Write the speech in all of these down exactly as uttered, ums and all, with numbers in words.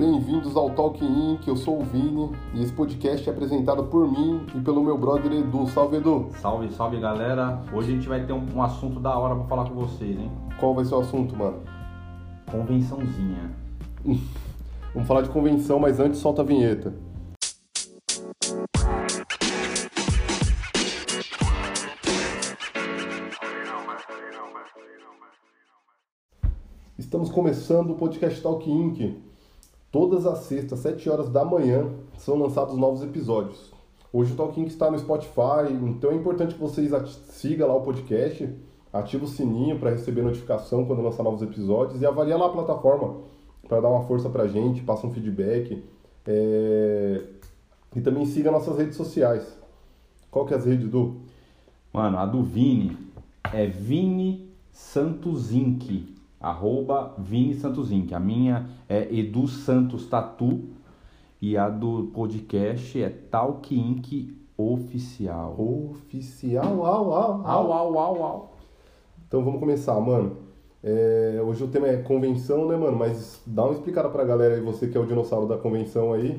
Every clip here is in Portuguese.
bem-vindos ao Talk Inc. Eu sou o Vini e esse podcast é apresentado por mim e pelo meu brother Edu. Salve, Edu! Salve, salve, galera! Hoje a gente vai ter um, um assunto da hora pra falar com vocês, hein? Qual vai ser o assunto, mano? Convençãozinha. Vamos falar de convenção, mas antes solta a vinheta. Estamos começando o podcast Talk Inc. Todas as sextas, sete horas da manhã, são lançados novos episódios. Hoje o Talk Inc está no Spotify, então é importante que vocês sigam lá o podcast, ativa o sininho para receber notificação quando lançar novos episódios e avalia lá a plataforma para dar uma força pra gente, passa um feedback. É... E também siga nossas redes sociais. Qual que é as redes, Edu? Mano, a do Vini é Vini Santos Inc. Arroba Vini Santos Inc. A minha é Edu Santos Tatu e a do podcast é Talk Inc. Oficial. Oficial, au, au, Au, au, au, au. Então vamos começar, mano. É, hoje o tema é convenção, né, mano? Mas dá uma explicada pra galera aí, você que é o dinossauro da convenção aí.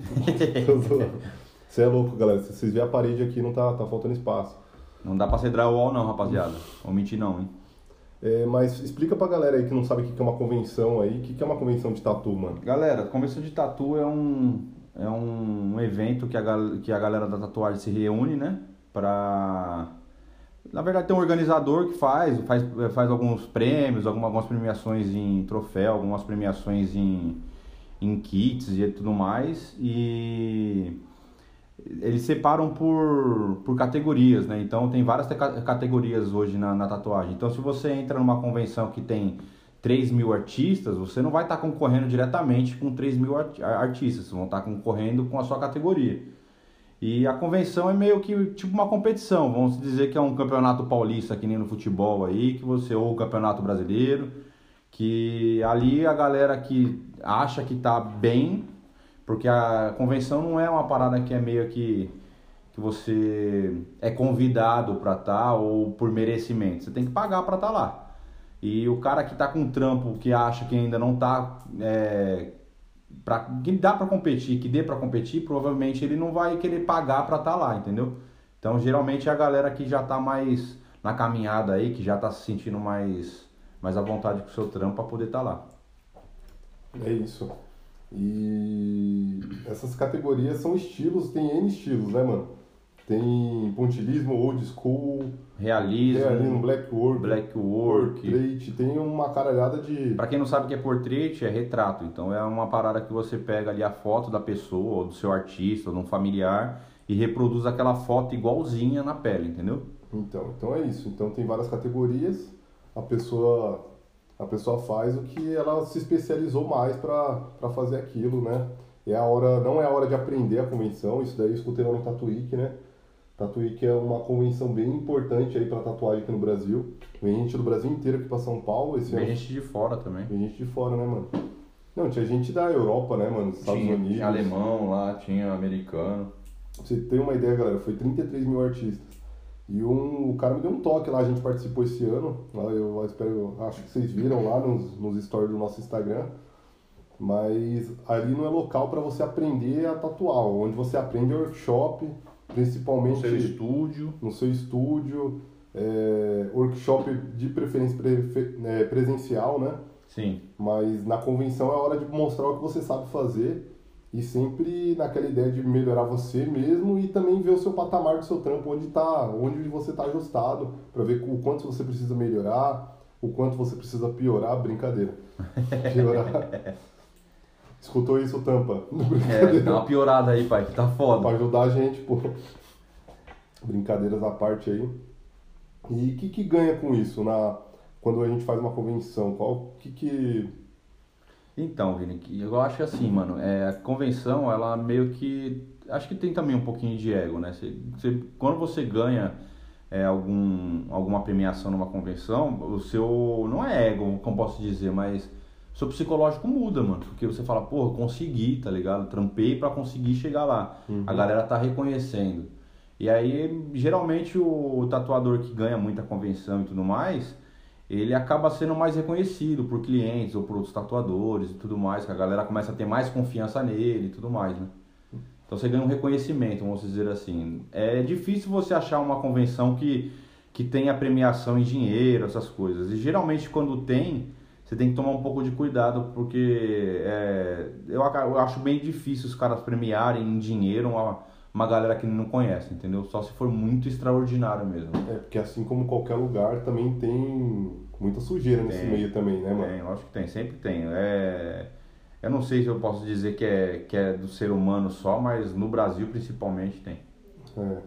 Você é louco, galera. Se vocês verem a parede aqui, não tá, tá faltando espaço. Não dá pra ser drywall não, rapaziada. Vou mentir não, hein? É, mas explica pra galera aí que não sabe o que é uma convenção aí, o que é uma convenção de tatu, mano? Galera, a convenção de tatu é um, é um evento que a, que a galera da tatuagem se reúne, né? Pra... Na verdade tem um organizador que faz, faz, faz alguns prêmios, algumas, algumas premiações em troféu, algumas premiações em, em kits e tudo mais. E... eles separam por, por categorias, né? Então tem várias te- categorias hoje na, na tatuagem. Então se você entra numa convenção que tem três mil artistas, você não vai estar tá concorrendo diretamente com três mil art- artistas, vocês vão estar tá concorrendo com a sua categoria. E a convenção é meio que tipo uma competição, vamos dizer que é um campeonato paulista que nem no futebol aí, que você, ou o campeonato brasileiro, que ali a galera que acha que tá bem. Porque a convenção não é uma parada que é meio que, que você é convidado pra estar ou por merecimento. Você tem que pagar pra estar lá. E o cara que tá com trampo, que acha que ainda não tá... É, pra, que dá pra competir, que dê pra competir, provavelmente ele não vai querer pagar pra estar lá, entendeu? Então, geralmente é a galera que já tá mais na caminhada aí, que já tá se sentindo mais, mais à vontade com o seu trampo pra poder estar lá. É isso. E essas categorias são estilos, tem N estilos, né, mano? Tem pontilhismo, old school, Realismo, realismo, black work, black work, portrait, tem uma caralhada de... Pra quem não sabe o que é portrait, é retrato. Então é uma parada que você pega ali a foto da pessoa, ou do seu artista, ou de um familiar, e reproduz aquela foto igualzinha na pele, entendeu? Então, então é isso. Então tem várias categorias, a pessoa... A pessoa faz o que ela se especializou mais para fazer aquilo, né? É a hora, não é a hora de aprender a convenção, isso daí eu escutei lá no Tattoo Week, né? Tattoo Week é uma convenção bem importante aí para tatuagem aqui no Brasil. Vem gente do Brasil inteiro aqui para São Paulo. Esse Vem ano... gente de fora também. Vem gente de fora, né, mano? Não, tinha gente da Europa, né, mano? Dos Estados tinha, Unidos. Tinha alemão lá, tinha americano. Pra você ter uma ideia, galera, foi trinta e três mil artistas. E um, o cara me deu um toque lá, a gente participou esse ano, lá eu, eu espero, eu acho que vocês viram lá nos, nos stories do nosso Instagram, mas ali não é local para você aprender a tatuar, onde você aprende é workshop, principalmente no seu estúdio, no seu estúdio, é, workshop de preferência pre, é, presencial, né? Sim. Mas na convenção é hora de mostrar o que você sabe fazer. E sempre naquela ideia de melhorar você mesmo e também ver o seu patamar do seu trampo, onde, tá, onde você está ajustado, para ver o quanto você precisa melhorar, o quanto você precisa piorar, brincadeira. Piorar. Escutou isso, Tampa? É, dá uma piorada aí, pai, que tá foda. Para ajudar a gente, pô. Brincadeiras à parte aí. E o que, que ganha com isso na, quando a gente faz uma convenção? Qual que que... Então, Vini, eu acho que assim, mano, é, a convenção, ela meio que... Acho que tem também um pouquinho de ego, né? Você, você, quando você ganha é, algum, alguma premiação numa convenção, o seu... Não é ego, como posso dizer, mas o seu psicológico muda, mano. Porque você fala, porra, consegui, tá ligado? Trampei pra conseguir chegar lá. Uhum. A galera tá reconhecendo. E aí, geralmente, o tatuador que ganha muita convenção e tudo mais... ele acaba sendo mais reconhecido por clientes ou por outros tatuadores e tudo mais, que a galera começa a ter mais confiança nele e tudo mais, né? Então você ganha um reconhecimento, vamos dizer assim. É difícil você achar uma convenção que, que tenha premiação em dinheiro, essas coisas. E geralmente quando tem, você tem que tomar um pouco de cuidado, porque é, eu, eu acho bem difícil os caras premiarem em dinheiro uma, uma galera que não conhece, entendeu? Só se for muito extraordinário mesmo. É, porque assim como qualquer lugar, também tem muita sujeira nesse Tem, meio também, né, mano? Tem, eu acho que tem, sempre tem. É... Eu não sei se eu posso dizer que é, que é do ser humano só, mas no Brasil principalmente tem. É.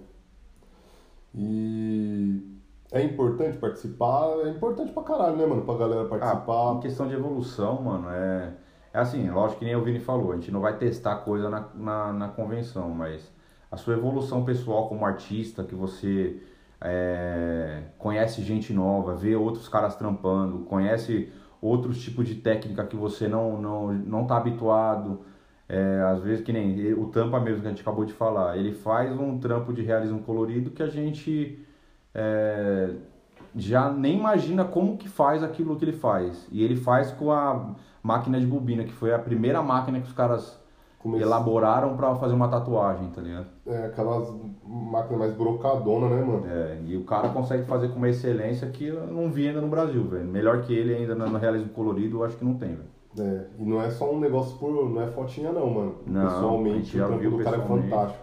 E é importante participar, é importante pra caralho, né, mano? Pra galera participar. Ah, em questão de evolução, mano, é, é assim, lógico que nem o Vini falou, a gente não vai testar coisa na, na, na convenção, mas a sua evolução pessoal como artista, que você é, conhece gente nova, vê outros caras trampando, conhece outros tipos de técnica que você não não não tá habituado, é, às vezes que nem o Tampa mesmo que a gente acabou de falar, ele faz um trampo de realismo colorido que a gente é, já nem imagina como que faz aquilo que ele faz, e ele faz com a máquina de bobina, que foi a primeira máquina que os caras Comece... elaboraram para fazer uma tatuagem, tá ligado? É, aquelas máquinas mais brocadona, né, mano? É, e o cara consegue fazer com uma excelência que eu não vi ainda no Brasil, velho. Melhor que ele ainda no realismo colorido, eu acho que não tem, velho. É, e não é só um negócio por... não é fotinha não, mano. Não, pessoalmente, o trampo do cara é fantástico.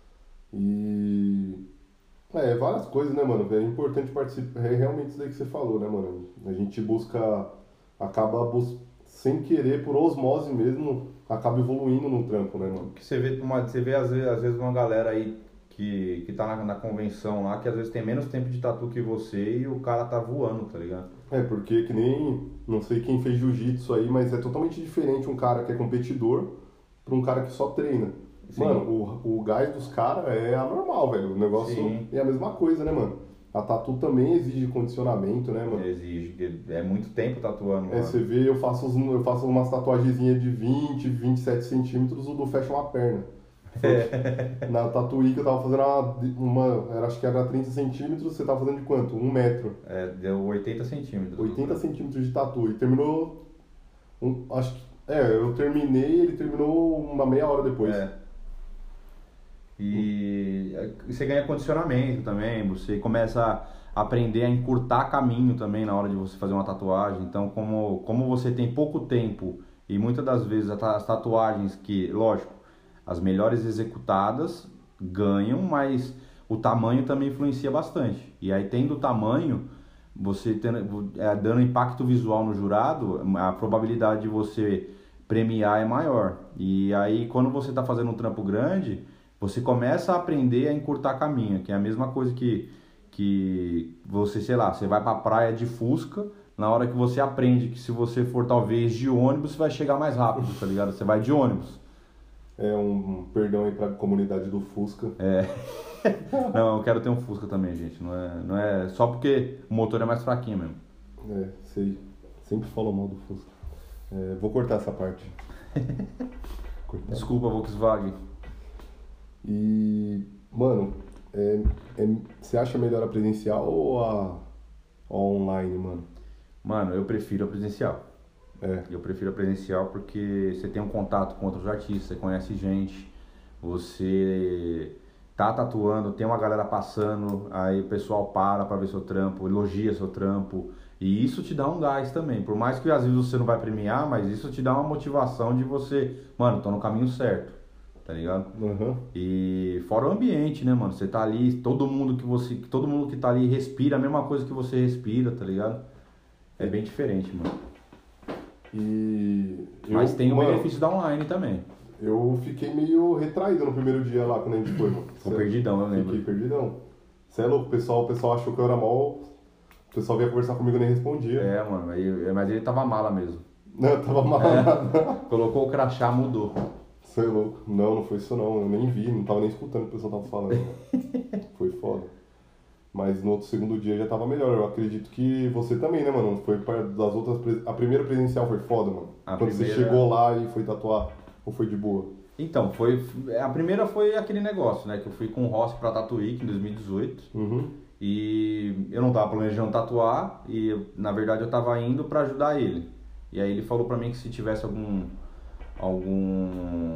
E... é, várias coisas, né, mano? É importante participar, é realmente isso daí que você falou, né, mano? A gente busca, acaba bus... sem querer, por osmose mesmo, acaba evoluindo no trampo, né, mano? Porque você vê, uma, você vê às, vezes, às vezes uma galera aí que, que tá na, na convenção lá, que às vezes tem menos tempo de tatu que você e o cara tá voando, tá ligado? É, porque que nem, não sei quem fez jiu-jitsu aí, mas é totalmente diferente um cara que é competidor pra um cara que só treina. Sim. Mano, o, o gás dos caras é anormal, velho. O negócio Sim. é a mesma coisa, né, mano? A tatu também exige condicionamento, né, mano? Exige, é muito tempo tatuando. É, mano. Você vê, eu faço, eu faço umas tatuagenzinhas de vinte, vinte e sete centímetros, o do fecha uma perna. É. Na tatuí que eu tava fazendo uma, uma era, acho que era trinta centímetros, você tava fazendo de quanto? Um metro. É, deu oitenta centímetros. oitenta centímetros de tatu. E terminou, um, acho que, é, eu terminei, ele terminou uma meia hora depois. É. E você ganha condicionamento também, você começa a aprender a encurtar caminho também na hora de você fazer uma tatuagem. Então, como, como você tem pouco tempo e muitas das vezes as tatuagens que, lógico, as melhores executadas ganham, mas o tamanho também influencia bastante. E aí, tendo o tamanho, você tendo, é, dando impacto visual no jurado, a probabilidade de você premiar é maior. E aí, quando você está fazendo um trampo grande, você começa a aprender a encurtar caminho, que é a mesma coisa que, que você, sei lá, você vai pra praia de Fusca, na hora que você aprende que se você for talvez de ônibus, você vai chegar mais rápido, tá ligado? Você vai de ônibus. É um, um perdão aí pra comunidade do Fusca. É. Não, eu quero ter um Fusca também, gente. Não é, não é só porque o motor é mais fraquinho mesmo. É, sei. Sempre falo mal do Fusca. É, vou cortar essa parte. Cortar. Desculpa, Volkswagen. E, mano, é, é, você acha melhor a presencial ou a, a online, mano? Mano, eu prefiro a presencial. É. Eu prefiro a presencial porque você tem um contato com outros artistas, você conhece gente, você tá tatuando, tem uma galera passando, aí o pessoal para pra ver seu trampo, elogia seu trampo, e isso te dá um gás também. Por mais que às vezes você não vai premiar, mas isso te dá uma motivação de você, mano, tô no caminho certo. Tá ligado? Uhum. E fora o ambiente, né, mano? Você tá ali, todo mundo que você, todo mundo que tá ali respira a mesma coisa que você respira, tá ligado? É bem diferente, mano. E Mas eu, tem o mano, benefício da online também. Eu fiquei meio retraído no primeiro dia lá quando a gente foi, mano. Ficou perdidão, eu lembro. Fiquei perdidão. Você é louco, o pessoal, o pessoal achou que eu era mal. O pessoal vinha conversar comigo e nem respondia. É, mano, mas ele tava mala mesmo. Não, eu tava mala. É. Colocou o crachá, mudou. Você é louco. Não, não foi isso não. Eu nem vi, não tava nem escutando o que o pessoal tava falando. Foi foda. Mas no outro segundo dia já tava melhor. Eu acredito que você também, né, mano? Foi das outras. A primeira presencial foi foda, mano. A Quando primeira... você chegou lá e foi tatuar, ou foi de boa? Então, foi. A primeira foi aquele negócio, né? Que eu fui com o Rossi pra Tatuí em dois mil e dezoito. Uhum. E eu não tava planejando tatuar e na verdade eu tava indo pra ajudar ele. E aí ele falou pra mim que se tivesse algum algum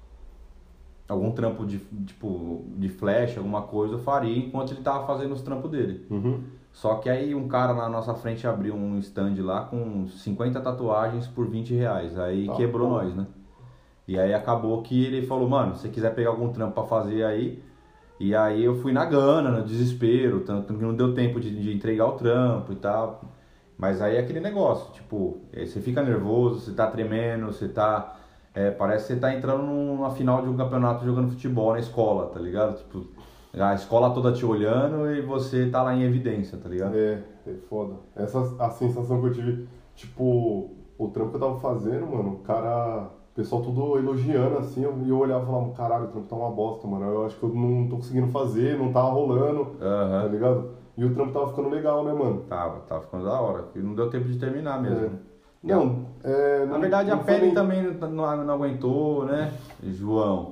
algum trampo de tipo de flash, alguma coisa, eu faria enquanto ele tava fazendo os trampos dele. Uhum. Só que aí um cara na nossa frente abriu um stand lá com cinquenta tatuagens por vinte reais. Aí Ah, quebrou pô. nós, né? E aí acabou que ele falou, mano, se você quiser pegar algum trampo pra fazer aí. E aí eu fui na gana, no desespero, tanto que não deu tempo de, de entregar o trampo e tal. Mas aí é aquele negócio, tipo, aí você fica nervoso, você tá tremendo, você tá... É, parece que você tá entrando numa final de um campeonato jogando futebol na escola, tá ligado? Tipo, a escola toda te olhando e você tá lá em evidência, tá ligado? É, é foda. Essa a sensação que eu tive, tipo, o trampo que eu tava fazendo, mano, o cara, o pessoal tudo elogiando assim, eu- e eu olhava e falava, caralho, o trampo tá uma bosta, mano. Eu acho que eu não tô conseguindo fazer, não tá rolando, tá Aham. ligado? E o trampo tava ficando legal, né, mano? Tava, tava ficando da hora. E não deu tempo de terminar mesmo. É. né? Não, é. Na não- verdade, a não foi pele nem- também não, não, não aguentou, né, João?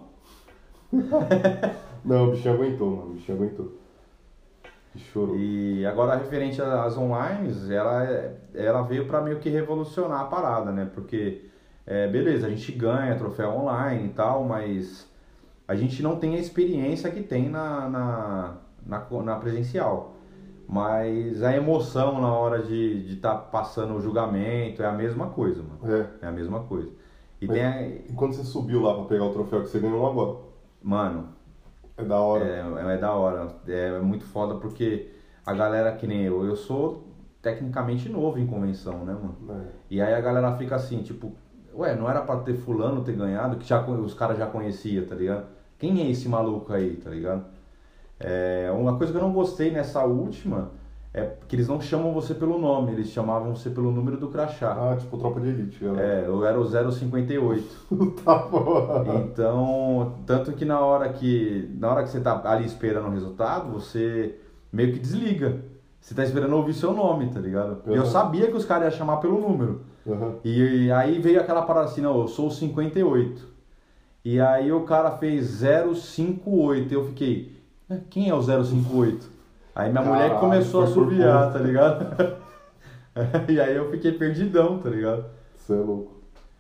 Não, o bichinho aguentou, mano, o bichinho aguentou. E chorou. E agora, referente às online, ela, ela veio pra meio que revolucionar a parada, né? Porque, é, beleza, a gente ganha troféu online e tal, mas a gente não tem a experiência que tem na, na, na, na presencial. Mas a emoção na hora de estar passando o julgamento é a mesma coisa, mano. É. É a mesma coisa. E Mas- tem a, E quando você subiu lá pra pegar o troféu que você ganhou agora? mano, É da hora. É, é da hora, é muito foda porque a galera que nem eu, eu sou tecnicamente novo em convenção, né, mano? É. E aí a galera fica assim, tipo, ué, não era pra ter fulano ter ganhado, que já, con- os caras já conheciam, tá ligado? Quem é esse maluco aí, tá ligado? É, uma coisa que eu não gostei nessa última é que eles não chamam você pelo nome, eles chamavam você pelo número do crachá. Ah, tipo tropa de elite, galera. É, eu era o zero cinquenta e oito. Tá porra. Então, tanto que na hora que na hora que você tá ali esperando o resultado, você meio que desliga. Você tá esperando ouvir seu nome, tá ligado? E eu Uhum. sabia que os caras iam chamar pelo número. Aham. E, aí veio aquela parada assim, não, eu sou o cinquenta e oito. E aí o cara fez zero cinco oito. E eu fiquei, "Ah, quem é o zero cinco oito? Aí minha mulher Caralho, começou a foi por assoviar, pouco. tá ligado? E aí eu fiquei perdidão, tá ligado? Você é louco.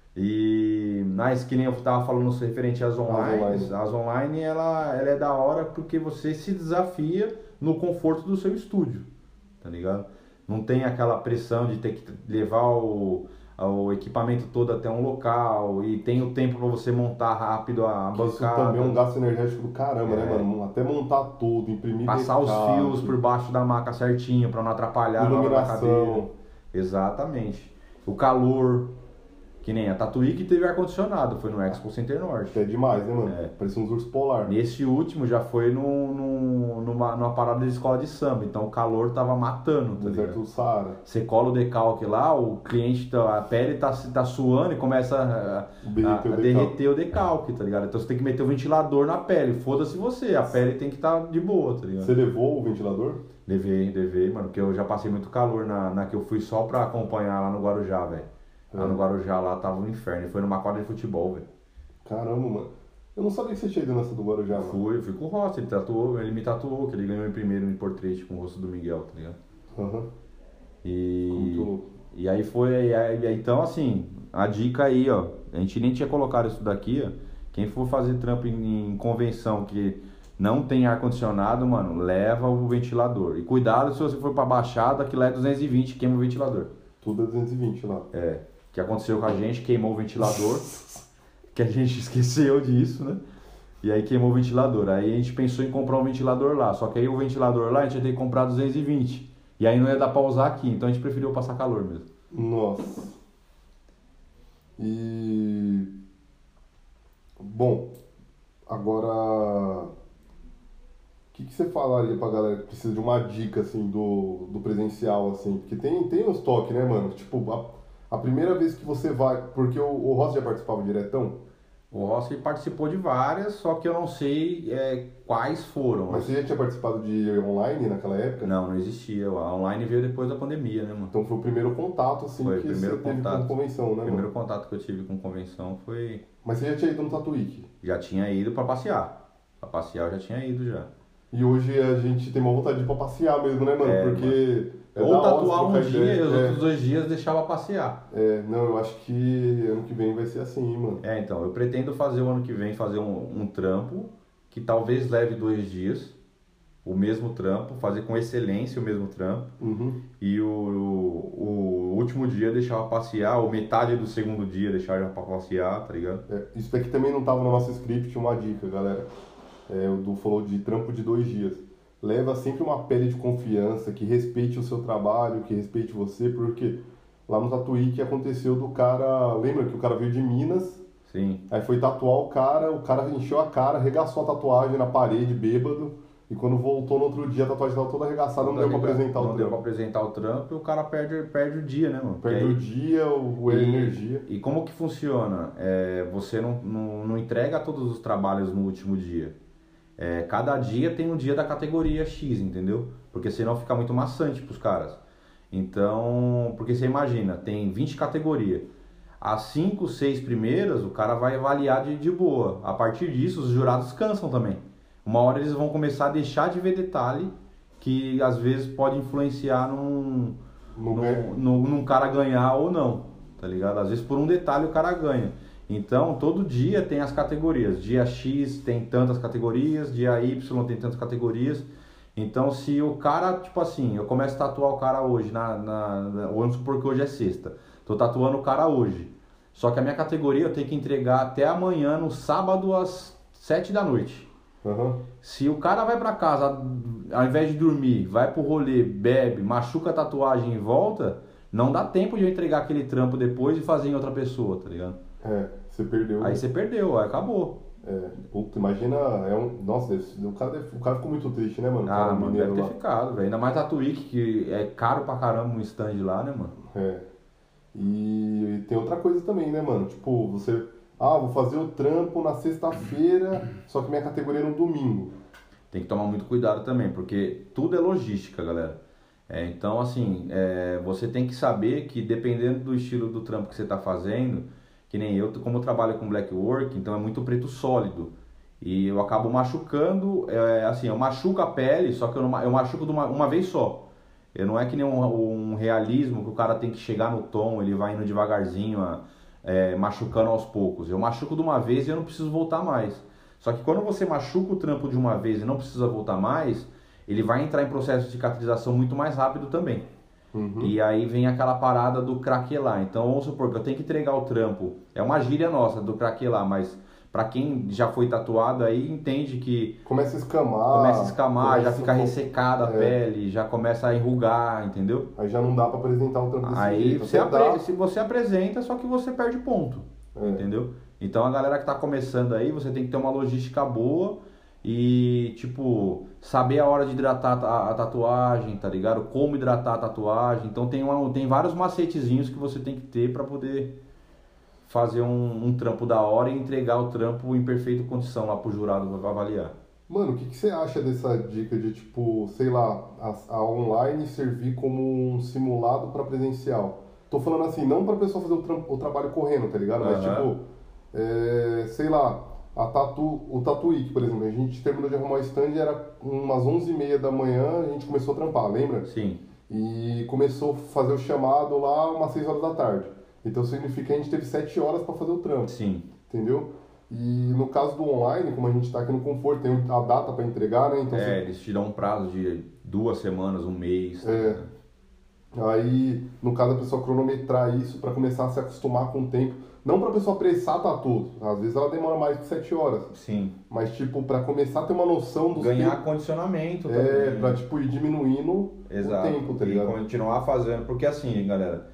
E mas que nem eu tava falando referente às online, online. as online ela, ela é da hora porque você se desafia no conforto do seu estúdio, tá ligado? Não tem aquela pressão de ter que levar o, o equipamento todo até um local e tem o tempo pra você montar rápido a Que Isso bancada, também é um gasto energético do caramba, né, É. mano? Até montar tudo, imprimir passar os decalque, fios por baixo da maca certinho pra não atrapalhar na hora da cadeira. iluminação. Exatamente. O calor, que nem a Tatuí que teve ar-condicionado, foi no Expo Center Norte. É demais, né, mano? É. Parece uns ursos polar. Nesse último já foi no, no, numa, numa parada de escola de samba, então o calor tava matando, tá Deserto ligado? do Saara. Você cola o decalque lá, o cliente, tá, a pele tá, tá suando e começa a, a- Derreter o a decalque. derreter o decalque, tá ligado? Então você tem que meter o ventilador na pele, foda-se você, a pele tem que estar de boa, tá ligado? Você levou o ventilador? Levei, levei, mano, porque eu já passei muito calor na, na que eu fui só pra acompanhar lá no Guarujá, velho. Lá É. no Guarujá lá tava um inferno, e foi numa quadra de futebol, velho. Caramba, mano. Eu não sabia que você tinha ido nessa do Guarujá, mano. Fui, fui com o Rossi, ele tatuou, ele me tatuou, que ele ganhou em primeiro em portrait com o rosto do Miguel, tá ligado? Aham. Muito E, louco. e aí foi, e aí- então assim, a dica aí, ó, a gente nem tinha colocado isso daqui, ó, quem for fazer trampo em, em convenção que não tem ar-condicionado, mano, leva o ventilador. E cuidado se você for pra Baixada, que lá é duzentos e vinte, queima o ventilador. Tudo é duzentos e vinte lá. É, que aconteceu com a gente, queimou o ventilador, que a gente esqueceu disso, né? E aí queimou o ventilador. Aí a gente pensou em comprar um ventilador lá, só que aí o ventilador lá a gente ia ter que comprar duzentos e vinte. E aí não ia dar pra usar aqui, então a gente preferiu passar calor mesmo. Nossa. E. Bom, agora. O que, que você falaria pra galera que precisa de uma dica, assim, do, do presencial, assim? Porque tem, tem uns toques, né, mano? Tipo, a, a primeira vez que você vai. Porque o, o Rossi já participava diretão, O Rossi participou de várias, só que eu não sei é, quais foram. mas você já tinha participado de online naquela época? Não, não existia. A online veio depois da pandemia, né, mano? Então foi o primeiro contato, assim, Foi o que primeiro você teve contato. com convenção, né, O primeiro mano? contato que eu tive com convenção foi... Mas você já tinha ido no Tatuíque. Já tinha ido pra passear. Pra passear eu já tinha ido já. E hoje a gente tem uma vontade de ir pra passear mesmo, né, mano? É, Porque... É Ou da hora tatuar um trocar dia ideia. e os É. outros dois dias deixar pra passear. É, não, eu acho que ano que vem vai ser assim, hein, mano. É, então, eu pretendo fazer o ano que vem, fazer um, um trampo que talvez leve dois dias, o mesmo trampo, fazer com excelência o mesmo trampo, Uhum. e o, o, o último dia deixar pra passear, ou metade do segundo dia deixar já pra passear, tá ligado? É, isso daqui também não tava no nosso script, uma dica, galera. É, o Du falou de trampo de dois dias. Leva sempre uma pele de confiança, que respeite o seu trabalho, que respeite você, porque lá no Tatuí que aconteceu do cara... Lembra que o cara veio de Minas, Sim. aí foi tatuar o cara, o cara encheu a cara, arregaçou a tatuagem na parede, bêbado, e quando voltou no outro dia a tatuagem estava toda arregaçada, não deu pra apresentar o Não deu pra trampo. apresentar o trampo e o cara perde, perde o dia, né, mano? Perde Porque o aí- dia, o, a E- energia. E como que funciona? É, você não, não, não entrega todos os trabalhos no último dia. É, cada dia tem um dia da categoria X, entendeu? Porque senão fica muito maçante pros caras. Então, porque você imagina, tem vinte categorias. As cinco, seis primeiras, o cara vai avaliar de, de boa. A partir disso, os jurados cansam também. Uma hora eles vão começar a deixar de ver detalhe que às vezes pode influenciar num, No num, ganho. num, num cara ganhar ou não, tá ligado? Às vezes por um detalhe o cara ganha. Então, todo dia tem as categorias. Dia X tem tantas categorias, dia Y tem tantas categorias. Então, se o cara, tipo assim, eu começo a tatuar o cara hoje, na, na, na, vamos supor que hoje é sexta. Tô tatuando o cara hoje. Só que a minha categoria eu tenho que entregar até amanhã, no sábado, às sete da noite. Uhum. Se o cara vai pra casa, ao invés de dormir, vai pro rolê, bebe, machuca a tatuagem e volta, não dá tempo de eu entregar aquele trampo depois e fazer em outra pessoa, tá ligado? É, você perdeu. Aí você perdeu, aí acabou. É, puta, imagina, é um, nossa, deve- o, cara deve- o cara ficou muito triste, né, mano? O Ah, cara mano, mineiro deve ter lá. ficado, velho. Ainda mais a Twitch, que é caro pra caramba um stand lá, né, mano? É. E, e tem outra coisa também, né, mano? Tipo, você, ah, vou fazer o trampo na sexta-feira, só que minha categoria é no domingo. Tem que tomar muito cuidado também, porque tudo é logística, galera. É, então, assim, é, você tem que saber que dependendo do estilo do trampo que você tá fazendo, que nem eu, como eu trabalho com black work, então é muito preto sólido. E eu acabo machucando, é, assim, eu machuco a pele, só que eu, não, ma- eu machuco de uma, uma vez só. Eu não é que nem um, um realismo que o cara tem que chegar no tom, ele vai indo devagarzinho, a- é, machucando aos poucos. Eu machuco de uma vez e eu não preciso voltar mais. Só que quando você machuca o trampo de uma vez e não precisa voltar mais, ele vai entrar em processo de cicatrização muito mais rápido também. Uhum. E aí vem aquela parada do craquelar. Então vamos supor que eu tenho que entregar o trampo. É uma gíria nossa do craquelar, mas pra quem já foi tatuado aí entende que Começa a escamar. começa a escamar, já começa fica a- ressecada a é. pele, já começa a enrugar, entendeu? Aí já não dá pra apresentar o trampo desse Aí jeito. você, Até apre- dá. se você apresenta, só que você perde ponto, É. entendeu? Então a galera que tá começando aí, você tem que ter uma logística boa e, tipo, saber a hora de hidratar a, a tatuagem, tá ligado? Como hidratar a tatuagem. Então tem, uma, tem vários macetezinhos que você tem que ter pra poder fazer um, um trampo da hora e entregar o trampo em perfeita condição lá pro jurado avaliar. Mano, o que, que você acha dessa dica de, tipo, sei lá, a, a online servir como um simulado pra presencial? Tô falando assim, não pra pessoa fazer o, tram- o trabalho correndo, tá ligado? Mas, Aham. tipo, é, sei lá, a tatu, o Tatuí, por exemplo, a gente terminou de arrumar o stand e era umas onze e meia da manhã, a gente começou a trampar, lembra? Sim. E começou a fazer o chamado lá umas seis horas da tarde. Então significa que a gente teve sete horas pra fazer o trampo, Sim. entendeu? E no caso do online, como a gente tá aqui no conforto, tem a data pra entregar, né? Então É, você- eles te dão um prazo de duas semanas, um mês. É. Aí, no caso, a pessoa cronometrar isso pra começar a se acostumar com o tempo. Não pra pessoa apressar tatu, às vezes ela demora mais de sete horas. Sim. Mas, tipo, pra começar a ter uma noção dos Ganhar tempos. condicionamento É, também. pra, tipo, ir diminuindo Exato. o tempo, tá E ligado? continuar fazendo. Porque assim, galera,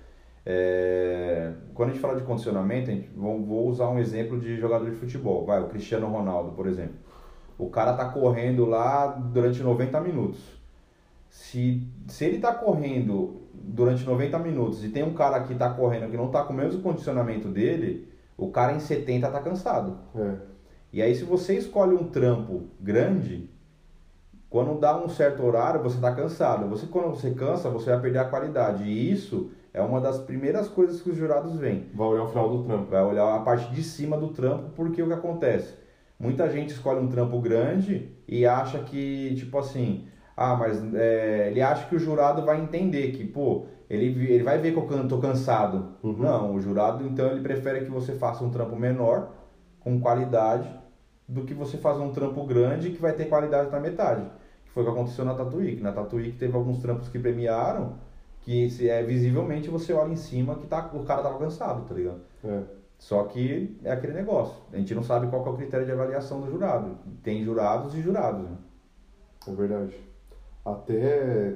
é, quando a gente fala de condicionamento, a gente, vou, vou usar um exemplo de jogador de futebol. Vai, o Cristiano Ronaldo, por exemplo. O cara tá correndo lá durante noventa minutos. Se, se ele tá correndo durante noventa minutos e tem um cara que tá correndo que não tá com o mesmo condicionamento dele, o cara em setenta tá cansado. É. E aí se você escolhe um trampo grande, quando dá um certo horário, você tá cansado. Você, quando você cansa, você vai perder a qualidade. E isso é uma das primeiras coisas que os jurados veem. Vai olhar o final do trampo. Vai olhar a parte de cima do trampo, porque o que acontece? muita gente escolhe um trampo grande e acha que, tipo assim, ah, mas é, ele acha que o jurado vai entender que, pô, ele, ele vai ver que eu can- tô cansado. Uhum. Não, o jurado, então, ele prefere que você faça um trampo menor, com qualidade, do que você fazer um trampo grande que vai ter qualidade na metade. Que foi o que aconteceu na Tatuíque. Na Tatuíque teve alguns trampos que premiaram, que se é visivelmente você olha em cima que tá, o cara tava cansado, tá ligado? É. Só que é aquele negócio. A gente não sabe qual que é o critério de avaliação do jurado. Tem jurados e jurados, né? É verdade. Até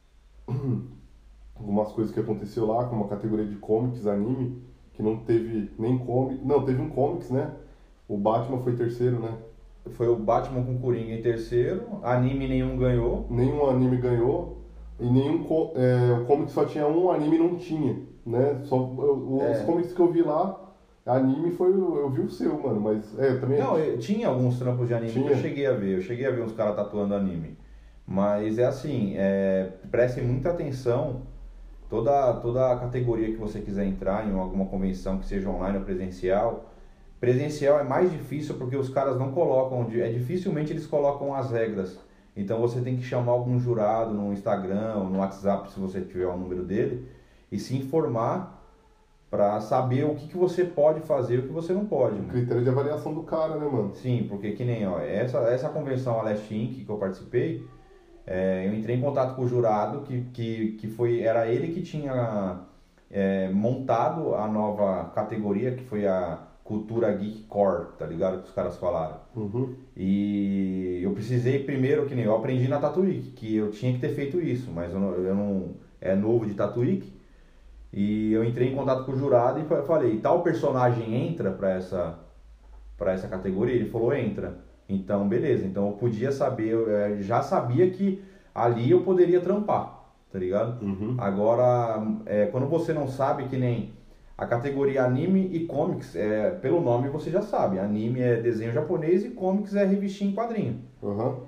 algumas coisas que aconteceu lá, como a categoria de comics, anime, que não teve nem comics. Não, teve um comics, né? O Batman foi terceiro, né? Foi o Batman com Coringa em terceiro, anime nenhum ganhou. Nenhum anime ganhou. E nenhum co- é, o comic só tinha um, anime não tinha, né? Só, eu- os É. comics que eu vi lá, anime foi o- eu vi o seu, mano, mas é, também Não, eu, tinha alguns trampos de anime Tinha. que eu cheguei a ver. Eu cheguei a ver uns caras tatuando anime. Mas é assim, é, prestem muita atenção. Toda, toda a categoria que você quiser entrar em alguma convenção, que seja online ou presencial, presencial é mais difícil porque os caras não colocam, de- é dificilmente eles colocam as regras. Então você tem que chamar algum jurado no Instagram ou no WhatsApp, se você tiver o número dele, e se informar para saber o que, que você pode fazer e o que você não pode. o critério de avaliação do cara, né, mano? Sim, porque que nem, ó, essa, essa convenção Aleste Inc que eu participei, é, eu entrei em contato com o jurado, que, que, que foi, era ele que tinha é, montado a nova categoria, que foi a Cultura Geek Core, tá ligado? Que os caras falaram. Uhum. E eu precisei primeiro, que nem eu aprendi na Tatuíque, que eu tinha que ter feito isso, mas eu não, eu não é novo de Tatuíque. E eu entrei em contato com o jurado e fa- falei, tal personagem entra para essa, para essa categoria? Ele falou, entra. Então, beleza. Então eu podia saber, eu eh, já sabia que ali eu poderia trampar, tá ligado? Uhum. Agora, é, quando você não sabe, que nem a categoria anime e comics, é, pelo nome você já sabe. Anime é desenho japonês e comics é revistinha em quadrinho. Uhum.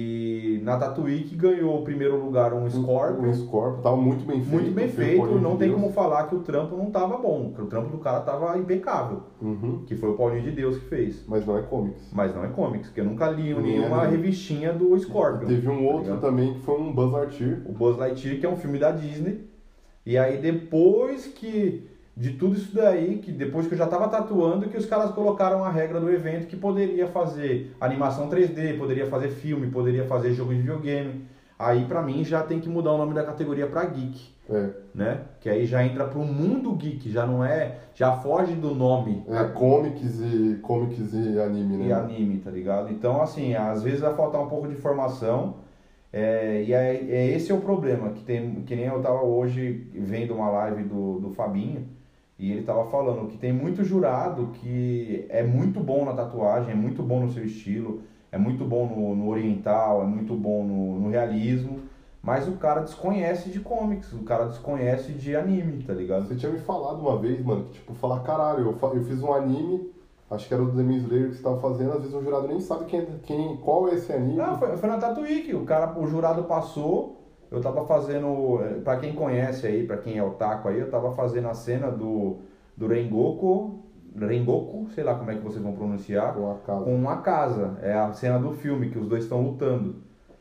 E na Tatuíque ganhou o primeiro lugar um Scorpion. Um Scorpion, tava muito bem feito. Muito bem foi o feito, Paulinho não de tem Deus. como falar que o trampo não tava bom, que o trampo do cara tava impecável, Uhum. que foi o Paulinho de Deus que fez. Mas não é comics. Mas não é comics, porque eu nunca li Nem nenhuma anime. revistinha do Scorpion. Teve um tá outro ligado? também que foi um Buzz Lightyear. O Buzz Lightyear, que é um filme da Disney. E aí depois que de tudo isso daí, que depois que eu já tava tatuando, que os caras colocaram a regra do evento que poderia fazer animação três D, poderia fazer filme, poderia fazer jogo de videogame. Aí pra mim já tem que mudar o nome da categoria pra geek, É. né? Que aí já entra pro mundo geek, já não é, já foge do nome É comics e comics e anime, né? e anime, tá ligado? Então, assim, às vezes vai faltar um pouco de informação, é, e é, é esse é o problema, que, tem, que nem eu tava hoje vendo uma live do, do Fabinho, e ele tava falando que tem muito jurado que é muito bom na tatuagem, é muito bom no seu estilo, é muito bom no, no oriental, é muito bom no, no realismo, mas o cara desconhece de comics, o cara desconhece de anime, tá ligado? Você tinha me falado uma vez, mano, que tipo, falar, caralho, eu, fa- eu fiz um anime, acho que era o do Demon Slayer que você tava fazendo, às vezes o jurado nem sabe quem, quem, qual é esse anime. Não, foi, foi na Tatuíque, o cara, o jurado passou, eu tava fazendo, eh, pra quem conhece aí, pra quem é otaku aí, eu tava fazendo a cena do, do Rengoku, Rengoku, sei lá como é que vocês vão pronunciar, Com a casa. com uma casa, é a cena do filme, que os dois estão lutando.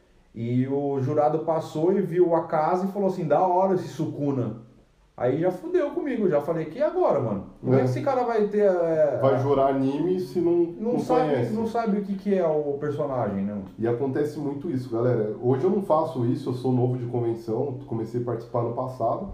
E o jurado passou e viu a casa e falou assim, da hora esse Sukuna. Aí já fudeu comigo, já falei, que agora, mano? Como é, É. que esse cara vai ter... é, Vai jurar anime se não, não, não, sabe, conhece. não sabe o que, que é o personagem, né? E acontece muito isso, galera. Hoje eu não faço isso, eu sou novo de convenção, comecei a participar no passado.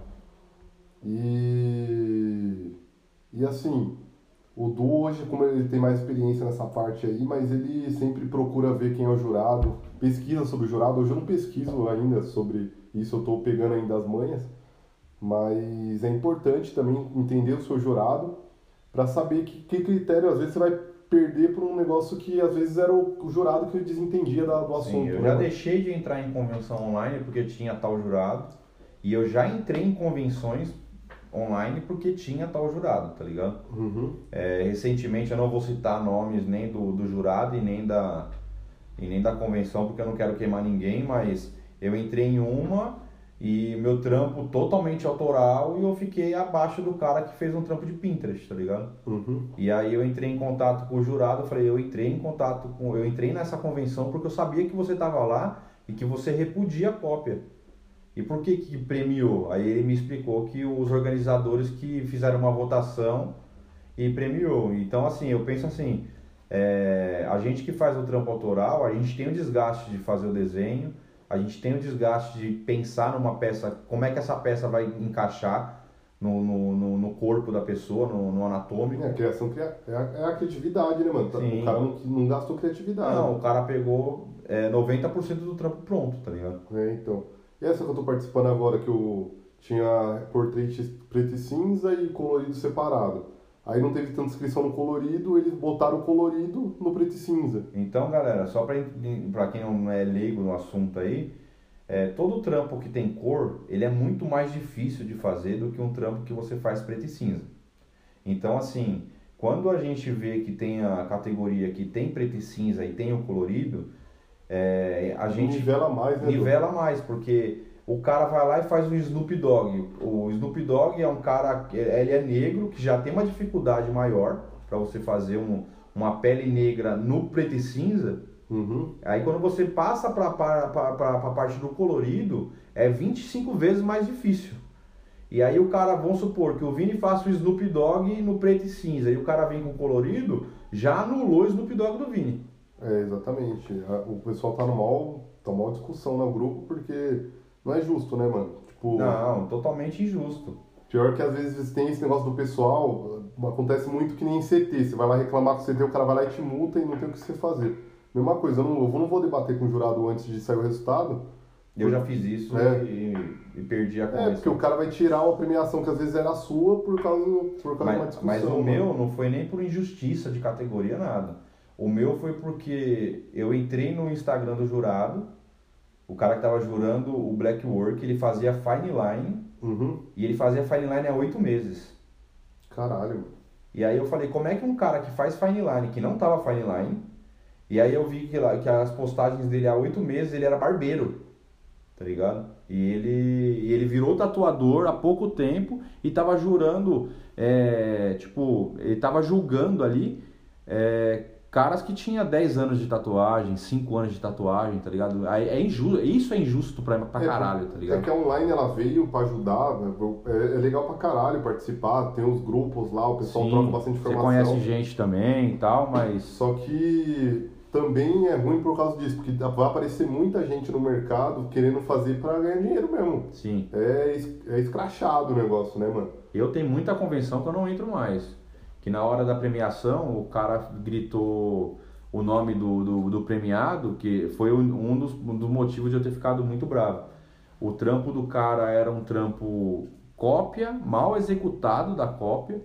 E. E assim, o Du hoje, como ele tem mais experiência nessa parte aí, mas ele sempre procura ver quem é o jurado, pesquisa sobre o jurado. Hoje eu não pesquiso ainda sobre isso, eu tô pegando ainda as manhas. Mas é importante também entender o seu jurado para saber que, que critério, às vezes você vai perder por um negócio que às vezes era o, o jurado que desentendia da, do assunto. Sim, eu né? já deixei de entrar em convenção online porque tinha tal jurado. E eu já entrei em convenções online porque tinha tal jurado, tá ligado? Uhum. É, recentemente, eu não vou citar nomes nem do, do jurado e nem, da, e nem da convenção porque eu não quero queimar ninguém, mas eu entrei em uma E meu trampo totalmente autoral e eu fiquei abaixo do cara que fez um trampo de Pinterest, tá ligado? Uhum. E aí eu entrei em contato com o jurado, eu falei, eu entrei em contato com, eu entrei nessa convenção porque eu sabia que você tava lá e que você repudia a cópia. E por que que premiou? Aí ele me explicou que os organizadores que fizeram uma votação e premiou. Então assim, eu penso assim, é, a gente que faz o trampo autoral, a gente tem o desgaste de fazer o desenho, a gente tem o desgaste de pensar numa peça, como é que essa peça vai encaixar no, no, no, no corpo da pessoa, no, no anatômico. É, a criação é a, é a criatividade, né, mano? Sim. O cara não, não gastou criatividade. Não, o cara pegou é, noventa por cento do trampo pronto, tá ligado? É, então. E essa que eu tô participando agora, que eu tinha portrait preto e cinza e colorido separado. Aí não teve tanta inscrição no colorido, eles botaram o colorido no preto e cinza. Então, galera, só pra, pra quem não é leigo no assunto aí, é, todo trampo que tem cor, ele é muito mais difícil de fazer do que um trampo que você faz preto e cinza. Então, assim, quando a gente vê que tem a categoria que tem preto e cinza e tem o colorido, é, a gente nivela mais, né? Nivela mais, porque o cara vai lá e faz o Snoop Dogg. O Snoop Dogg é um cara, ele é negro, que já tem uma dificuldade maior para você fazer um, uma pele negra no preto e cinza. Uhum. Aí quando você passa para a parte do colorido, é vinte e cinco vezes mais difícil. E aí o cara, vamos supor que o Vini faça o Snoop Dogg no preto e cinza, e o cara vem com colorido, já anulou o Snoop Dogg do Vini. É, exatamente. O pessoal tá no mal, tá mal discussão no grupo, porque não é justo, né, mano? Tipo, não, totalmente injusto. Pior que às vezes tem esse negócio do pessoal, acontece muito que nem em C T, você vai lá reclamar com o C T, o cara vai lá e te multa e não tem o que você fazer. Mesma coisa, eu não, eu não vou debater com o jurado antes de sair o resultado. Eu já fiz isso é. e, e perdi a conversa. É, porque o cara vai tirar uma premiação que às vezes era sua por causa, por causa mas, de uma discussão. Mas o mano. meu não foi nem por injustiça de categoria, nada. O meu foi porque eu entrei no Instagram do jurado, o cara que tava jurando o Black Work, ele fazia fine line, uhum. e ele fazia fine line há oito meses. Caralho. E aí eu falei, como é que um cara que faz fine line, que não tava fine line, e aí eu vi que, lá, que as postagens dele há oito meses, ele era barbeiro, tá ligado? E ele, ele virou tatuador há pouco tempo e tava jurando, é, tipo, ele tava julgando ali, é, caras que tinham dez anos de tatuagem, cinco anos de tatuagem, tá ligado? É injusto, isso é injusto pra, pra é, caralho, tá ligado? É que a online ela veio pra ajudar, é, é legal pra caralho participar, tem os grupos lá, o pessoal Sim, troca bastante informação. Você conhece gente também e tal, mas... Só que também é ruim por causa disso, porque vai aparecer muita gente no mercado querendo fazer pra ganhar dinheiro mesmo. Sim. É, é escrachado o negócio, né, mano? Eu tenho muita convenção que eu não entro mais. Que na hora da premiação o cara gritou o nome do, do, do premiado, que foi um dos, um dos motivos de eu ter ficado muito bravo. O trampo do cara era um trampo cópia, mal executado da cópia,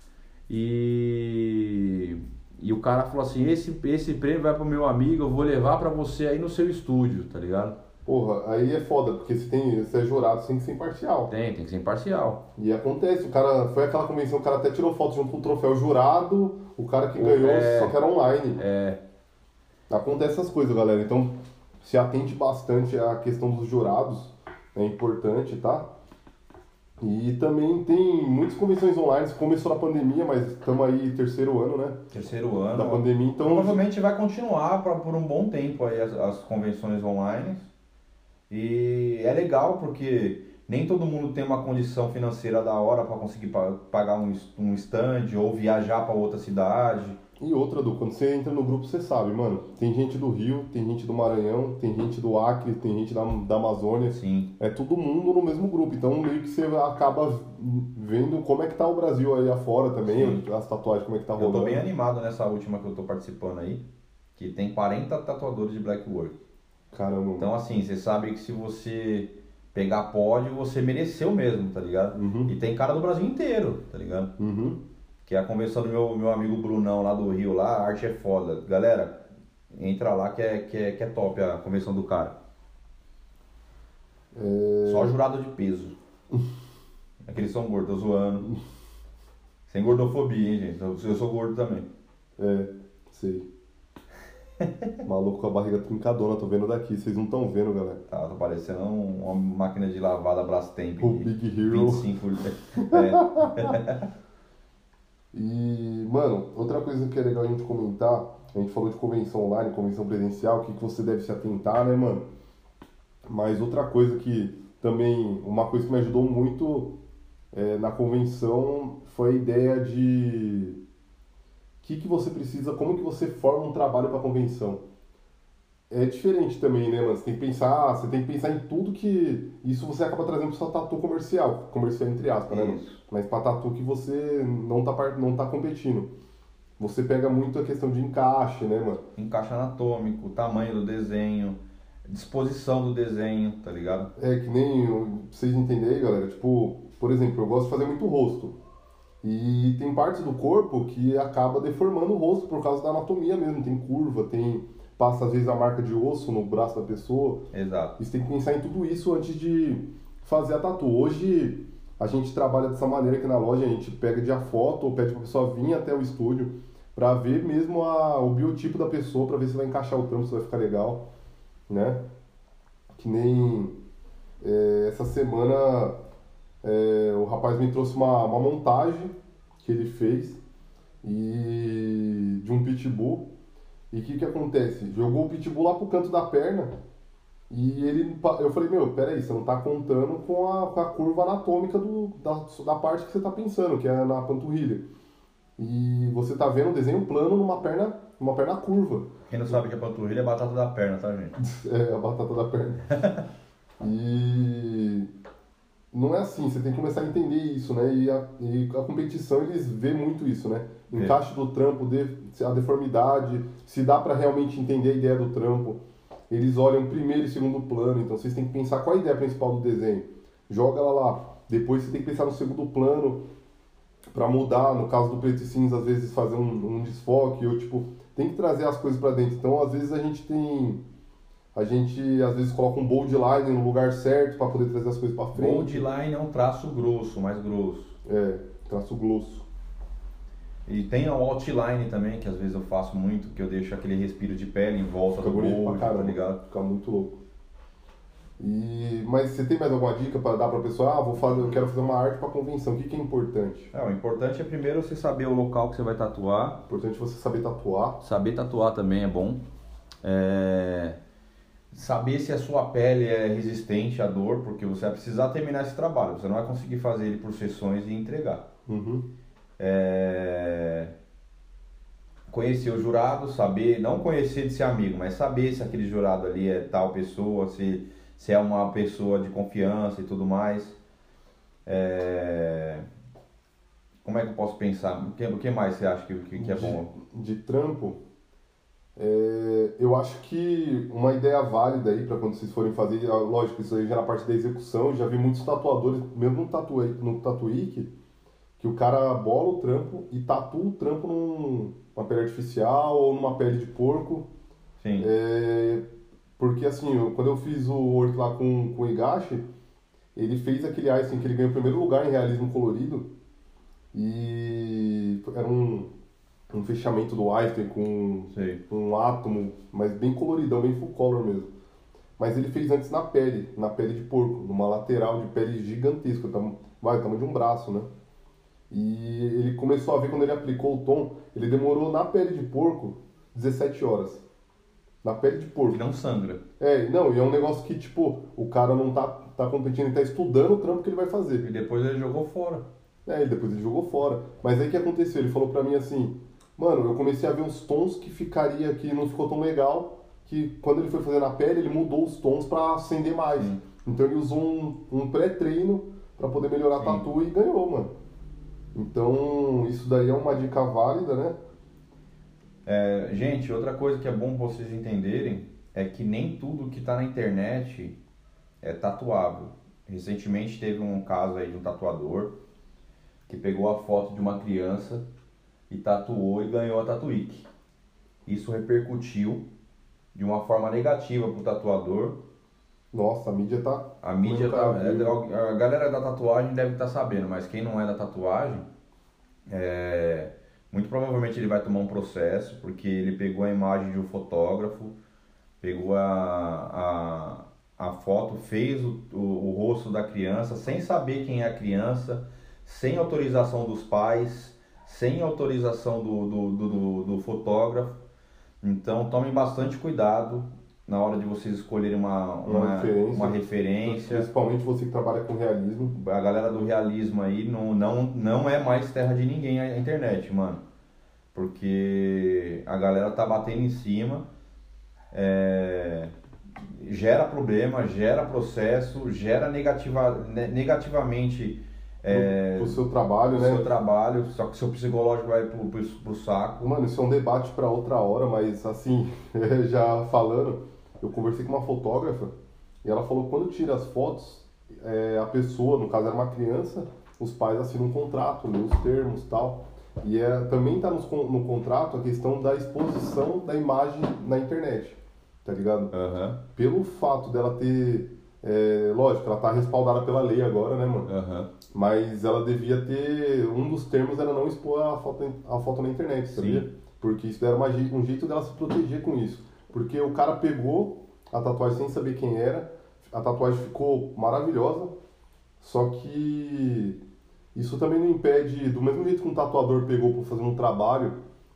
e, e o cara falou assim, esse, esse prêmio vai pro meu amigo, eu vou levar pra você aí no seu estúdio, tá ligado? Porra, aí é foda, porque você, tem, você é jurado, você tem que ser imparcial. Tem, tem que ser imparcial. E acontece, o cara, foi aquela convenção, o cara até tirou foto junto com o troféu jurado, o cara que ganhou é, só que era online. É. Acontece essas coisas, galera, então se atente bastante à questão dos jurados, é importante, tá? E também tem muitas convenções online, começou na pandemia, mas estamos aí terceiro ano, né? Terceiro ano. Da pandemia, então... Provavelmente vai continuar pra, por um bom tempo aí as, as convenções online. E é legal porque nem todo mundo tem uma condição financeira da hora para conseguir pagar um, um stand ou viajar para outra cidade. E outra, Du, quando você entra no grupo você sabe, mano, tem gente do Rio, tem gente do Maranhão, tem gente do Acre, tem gente da, da Amazônia. Sim. É todo mundo no mesmo grupo, então meio que você acaba vendo como é que tá o Brasil aí afora também, sim, as tatuagens, como é que tá rolando. Eu tô bem animado nessa última que eu tô participando aí, que tem quarenta tatuadores de black work. Caramba. Então assim, você sabe que se você pegar pódio, você mereceu mesmo, tá ligado? Uhum. E tem cara do Brasil inteiro, tá ligado? Uhum. Que é a convenção do meu, meu amigo Brunão lá do Rio, lá, a arte é foda. Galera, entra lá que é, que é, que é top a convenção do cara. É... Só jurado de peso. Aqueles são gordos, tô zoando. Sem gordofobia, hein, gente? Eu, eu sou gordo também. É, sei. Maluco com a barriga trincadona, tô vendo daqui, vocês não estão vendo, galera. Tá, tá parecendo um- uma máquina de lavada Brastemp. O de Big Hero. vinte e cinco. É, E, mano, outra coisa que é legal a gente comentar, a gente falou de convenção online, convenção presencial, o que, que você deve se atentar, né, mano? Mas outra coisa que também, uma coisa que me ajudou muito é, na convenção foi a ideia de o que, que você precisa, como que você forma um trabalho para convenção. É diferente também, né, mano? Você tem que pensar, você tem que pensar em tudo que isso você acaba trazendo para sua tatu comercial, comercial entre aspas, né? Mano? Isso. Mas para tatu que você não tá, par- não tá competindo. Você pega muito a questão de encaixe, né, mano? Encaixe anatômico, tamanho do desenho, disposição do desenho, tá ligado? É que nem, eu- pra vocês entenderem, galera, tipo, por exemplo, eu gosto de fazer muito rosto. E tem partes do corpo que acaba deformando o rosto por causa da anatomia mesmo. Tem curva, tem passa às vezes a marca de osso no braço da pessoa. Exato. E você tem que pensar em tudo isso antes de fazer a tatu. Hoje a gente trabalha dessa maneira aqui na loja, a gente pega de a foto ou pede pra pessoa vir até o estúdio pra ver mesmo a, o biotipo da pessoa, pra ver se vai encaixar o trampo, se vai ficar legal, né? Que nem é, essa semana é, o rapaz me trouxe uma, uma montagem que ele fez e de um pitbull. E o que que acontece? Jogou o pitbull lá pro canto da perna e ele, eu falei, meu, peraí, você não tá contando com a, com a curva anatômica do, da, da parte que você tá pensando, que é na panturrilha. E você tá vendo um desenho plano numa perna, numa perna curva. Quem não sabe que a panturrilha é batata da perna, tá, gente? É, a batata da perna. E não é assim, você tem que começar a entender isso, né? E a, e a competição, eles vê muito isso, né? Encaixe do trampo, de, a deformidade, se dá pra realmente entender a ideia do trampo. Eles olham primeiro e segundo plano, então vocês têm que pensar qual a ideia principal do desenho. Joga ela lá. Depois você tem que pensar no segundo plano pra mudar, no caso do preto e cinza, às vezes fazer um, um desfoque, ou tipo, tem que trazer as coisas pra dentro. Então, às vezes a gente tem... A gente, às vezes, coloca um bold line no lugar certo pra poder trazer as coisas pra frente. Bold line é um traço grosso, mais grosso. É, traço glosso. E tem a outline também, que às vezes eu faço muito, que eu deixo aquele respiro de pele em volta Fica do bonito pra bold, tá caramba, ligado? fica muito louco. E, mas você tem mais alguma dica para dar para a pessoa? Ah, vou fazer, eu quero fazer uma arte para convenção. O que, que é importante? É, o importante é primeiro você saber o local que você vai tatuar. Importante você saber tatuar. Saber tatuar também é bom. É... Saber se a sua pele é resistente à dor, porque você vai precisar terminar esse trabalho. Você não vai conseguir fazer ele por sessões e entregar. Uhum. É... Conhecer o jurado, saber, não conhecer de ser amigo, mas saber se aquele jurado ali é tal pessoa, se, se é uma pessoa de confiança e tudo mais. É... Como é que eu posso pensar? O que, o que mais você acha que, que, que é bom? De, de trampo, é, eu acho que uma ideia válida aí para quando vocês forem fazer, lógico, isso aí já na parte da execução, eu já vi muitos tatuadores, mesmo no Tatuí, no Tatuíque, que o cara bola o trampo e tatua o trampo num, numa pele artificial ou numa pele de porco. Sim. É, porque assim, eu, quando eu fiz o work lá com, com o Higashi, ele fez aquele icing que ele ganhou o primeiro lugar em realismo colorido e era um, um fechamento do Einstein com Sim. um átomo, mas bem coloridão, bem full color mesmo. Mas ele fez antes na pele, na pele de porco, numa lateral de pele gigantesca, tam, vai, tamanho de um braço, né? E ele começou a ver quando ele aplicou o tom, ele demorou na pele de porco dezessete horas. Na pele de porco. Que não sangra. É, não, e é um negócio que, tipo, o cara não tá, tá competindo, ele tá estudando o trampo que ele vai fazer. E depois ele jogou fora. É, e depois ele jogou fora. Mas aí o que aconteceu? Ele falou pra mim assim, mano, eu comecei a ver os tons que ficaria, que não ficou tão legal, que quando ele foi fazer na pele, ele mudou os tons pra acender mais. Sim. Então ele usou um, um pré-treino pra poder melhorar a Sim. tatu e ganhou, mano. Então, isso daí é uma dica válida, né? É, gente, outra coisa que é bom vocês entenderem é que nem tudo que está na internet é tatuável. Recentemente teve um caso aí de um tatuador que pegou a foto de uma criança e tatuou e ganhou a Tatuíque. Isso repercutiu de uma forma negativa para o tatuador. Nossa, a mídia tá... A mídia tá, a galera da tatuagem deve estar sabendo, mas quem não é da tatuagem, é, muito provavelmente ele vai tomar um processo, porque ele pegou a imagem de um fotógrafo, pegou a, a, a foto, fez o, o, o rosto da criança, sem saber quem é a criança, sem autorização dos pais, sem autorização do, do, do, do, do fotógrafo. Então tomem bastante cuidado na hora de vocês escolherem uma, uma, uma, referência, uma referência. Principalmente você que trabalha com realismo. A galera do realismo aí não, não, não é mais terra de ninguém a internet, mano. Porque a galera tá batendo em cima, é, gera problema, gera processo, gera negativa, negativamente é, o seu trabalho, né? seu trabalho, só que o seu psicológico vai pro, pro, pro saco. Mano, isso é um debate para outra hora, mas assim, já falando, eu conversei com uma fotógrafa e ela falou que quando tira as fotos, é, a pessoa, no caso era uma criança, os pais assinam um contrato, lê os termos e tal. E é, também está no, no contrato a questão da exposição da imagem na internet, tá ligado? Uhum. Pelo fato dela ter... É, lógico, ela tá respaldada pela lei agora, né, mano? Uhum. Mas ela devia ter... Um dos termos era não expor a foto, a foto na internet, sabia? Sim. Porque isso era uma, um jeito dela se proteger com isso. Porque o cara pegou a tatuagem sem saber quem era, a tatuagem ficou maravilhosa, só que isso também não impede, do mesmo jeito que um tatuador pegou para fazer um trabalho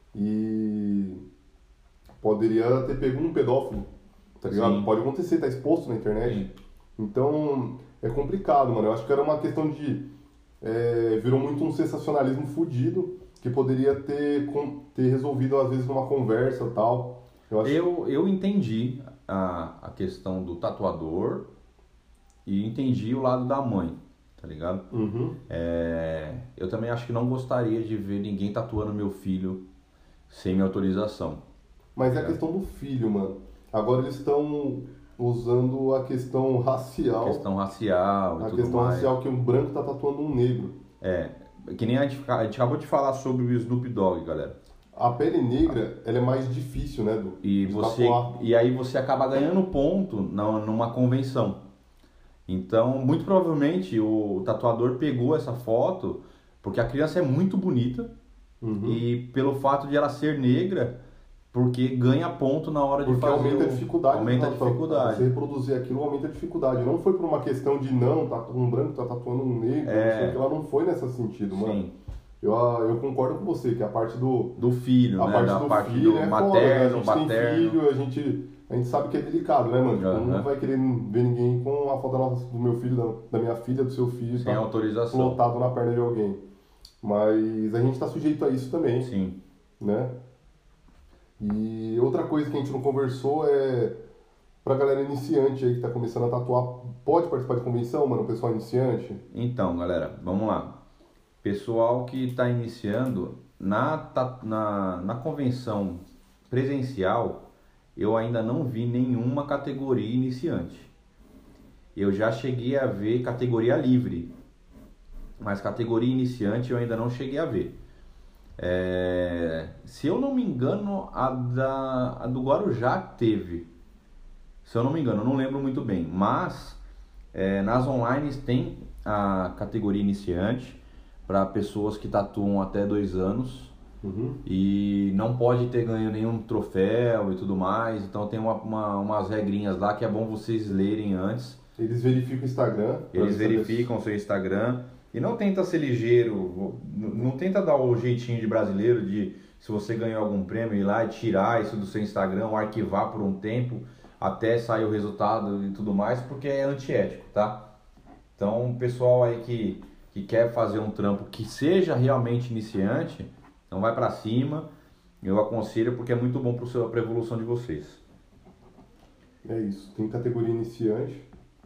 e poderia ter pego um pedófilo, tá ligado? Sim. Pode acontecer, tá exposto na internet. Sim. Então, é complicado, mano. Eu acho que era uma questão de... É, virou muito um sensacionalismo fudido que poderia ter, com, ter resolvido, às vezes, numa conversa e tal. Eu, acho... eu, eu entendi a, a questão do tatuador e entendi o lado da mãe, tá ligado? Uhum. É, eu também acho que não gostaria de ver ninguém tatuando meu filho sem minha autorização. Mas é a questão do filho, mano. Agora eles estão usando a questão racial. A questão racial e a tudo questão mais. racial que um branco tá tatuando um negro. É, que nem a gente, a gente acabou de falar sobre o Snoop Dogg, galera. A pele negra, ela é mais difícil, né, do E, de você, tatuar. e aí você acaba ganhando ponto na, numa convenção. Então, muito provavelmente, o tatuador pegou essa foto porque a criança é muito bonita. Uhum. E pelo fato de ela ser negra, porque ganha ponto na hora de Porque fazer aumenta o... a dificuldade. Aumenta a do tatu- dificuldade. Você reproduzir aquilo aumenta a dificuldade. Não foi por uma questão de não, tá, um branco tá tatuando um negro, É. não sei o que lá, não foi nesse sentido, mano. Sim, Eu, eu concordo com você, que a parte do... do filho, A né? parte Da do parte filho do é materno, foda, né? A gente paterno. tem filho, a gente, a gente sabe que é delicado, né, mano? Tipo, Aham. não vai querer ver ninguém com a foto da nossa- do meu filho, da, da minha filha, do seu filho, Sem tá autorização. flotado na perna de alguém. Mas a gente tá sujeito a isso também, Sim. né? E outra coisa que a gente não conversou é pra galera iniciante aí que tá começando a tatuar, pode participar de convenção, mano, pessoal iniciante? Então, galera, vamos lá. Pessoal que está iniciando, na, ta- na, na convenção presencial, eu ainda não vi nenhuma categoria iniciante. Eu já cheguei a ver categoria livre, mas categoria iniciante eu ainda não cheguei a ver. É, se eu não me engano, a, da, a do Guarujá teve. Se eu não me engano, eu não lembro muito bem. Mas é, nas online tem a categoria iniciante para pessoas que tatuam até dois anos. Uhum. E não pode ter ganho nenhum troféu e tudo mais. Então tem uma, uma, umas regrinhas lá que é bom vocês lerem antes. Eles verificam o Instagram. pra Eles saber- verificam o seu Instagram e não tenta ser ligeiro, n- não tenta dar o jeitinho de brasileiro de se você ganhou algum prêmio ir lá e tirar isso do seu Instagram ou arquivar por um tempo até sair o resultado e tudo mais, porque é antiético, tá? Então, o pessoal aí que, que quer fazer um trampo que seja realmente iniciante, então vai pra cima, eu aconselho porque é muito bom pro seu, pra evolução de vocês. É isso, tem categoria iniciante.